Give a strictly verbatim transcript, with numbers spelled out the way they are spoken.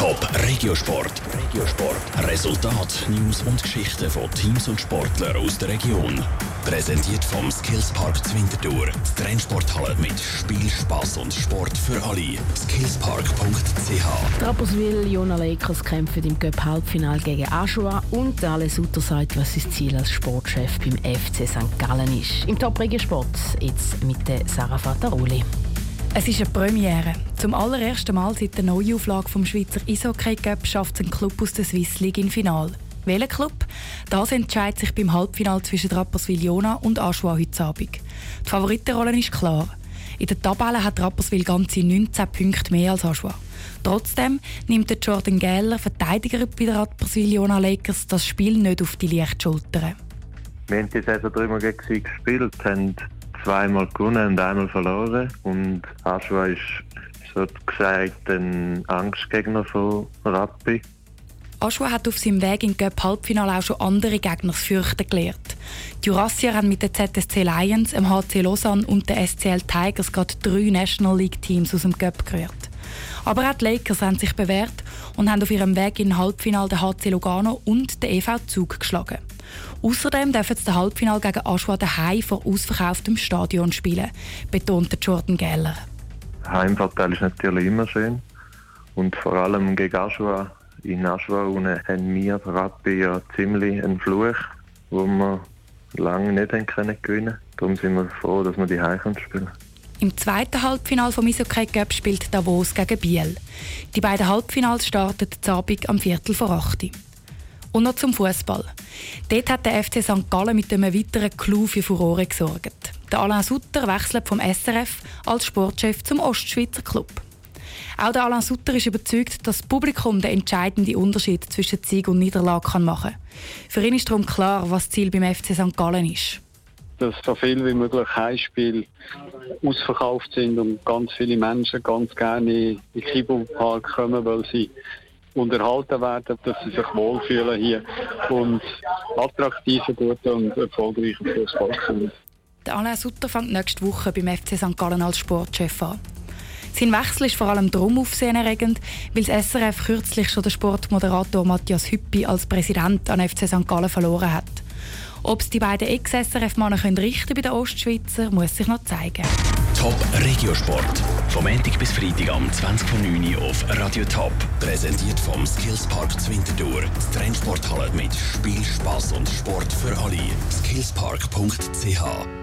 Top Regiosport. Regiosport. Resultat, News und Geschichten von Teams und Sportlern aus der Region. Präsentiert vom Skillspark Zwintertour. Die Trennsporthalle mit Spiel, Spass und Sport für alle. skillspark punkt c h. Rapperswil Jona Lakers kämpfen im Cup-Halbfinale gegen Aschua und Ale Sutter sagt, was sein Ziel als Sportchef beim F C Sankt Gallen ist. Im Top Regiosport jetzt mit der Sarah Fattaroli. Es ist eine Premiere. Zum allerersten Mal seit der Neuauflage vom Schweizer Eishockey Cup schafft es ein Club aus der Swiss League in Finale. Welcher Club? Das entscheidet sich beim Halbfinale zwischen Rapperswil Jona und Aschua heute Abend. Die Favoritenrolle ist klar. In der Tabelle hat Rapperswil ganze neunzehn Punkte mehr als Aschua. Trotzdem nimmt der Jordan Gäller, Verteidiger bei der Rapperswil Jona Lakers, das Spiel nicht auf die leichte Schulter. Wir haben die Saison dreimal gegen sie gespielt, haben zweimal gewonnen und einmal verloren. Und Aschua ist so gesagt ein Angstgegner von Rappi. Aschua hat auf seinem Weg im Cup-Halbfinale auch schon andere Gegner fürchten gelernt. Die Jurassier haben mit den Z S C Lions, dem H C Lausanne und den S C L Tigers gerade drei National League Teams aus dem Cup gerührt. Aber auch die Lakers haben sich bewährt und haben auf ihrem Weg in Halbfinale den H C Lugano und den E V Zug geschlagen. Außerdem dürfen sie das Halbfinale gegen Aschua daheim vor ausverkauftem Stadion spielen, betont Jordan Gäller. Heimvorteil ist natürlich immer schön. Und vor allem gegen Aschua. In Aschua haben wir Rappi ja ziemlich einen Fluch, wo wir lange nicht gewinnen können. Darum sind wir froh, dass wir die Heim spielen können. Im zweiten Halbfinale vom Eishockey Cup spielt Davos gegen Biel. Die beiden Halbfinals starten am Abend am Viertel vor acht. Und noch zum Fußball. Dort hat der F C Sankt Gallen mit einem weiteren Clou für Furore gesorgt. Der Alain Sutter wechselt vom S R F als Sportchef zum Ostschweizer Club. Auch der Alain Sutter ist überzeugt, dass das Publikum den entscheidenden Unterschied zwischen Sieg und Niederlage machen kann. Für ihn ist darum klar, was das Ziel beim F C Sankt Gallen ist. Dass so viel wie möglich Heimspiele ausverkauft sind und ganz viele Menschen ganz gerne in den Kibelpark kommen, weil sie unterhalten werden, dass sie sich wohlfühlen hier und attraktiven, guten und erfolgreichen Fußball sind. Der Alain Sutter fängt nächste Woche beim F C Sankt Gallen als Sportchef an. Sein Wechsel ist vor allem darum aufsehenerregend, weil das S R F kürzlich schon den Sportmoderator Matthias Hüppi als Präsident an F C Sankt Gallen verloren hat. Ob es die beiden Ex-S R F-Männer richten bei den Ostschweizer, muss sich noch zeigen. Top Regiosport. Vom Montag bis Freitag am zwanzig vor neun Uhr auf Radio Top. Präsentiert vom Skillspark Zwintertour. Die Trennsporthalle mit Spiel, Spass und Sport für alle. skillspark punkt c h.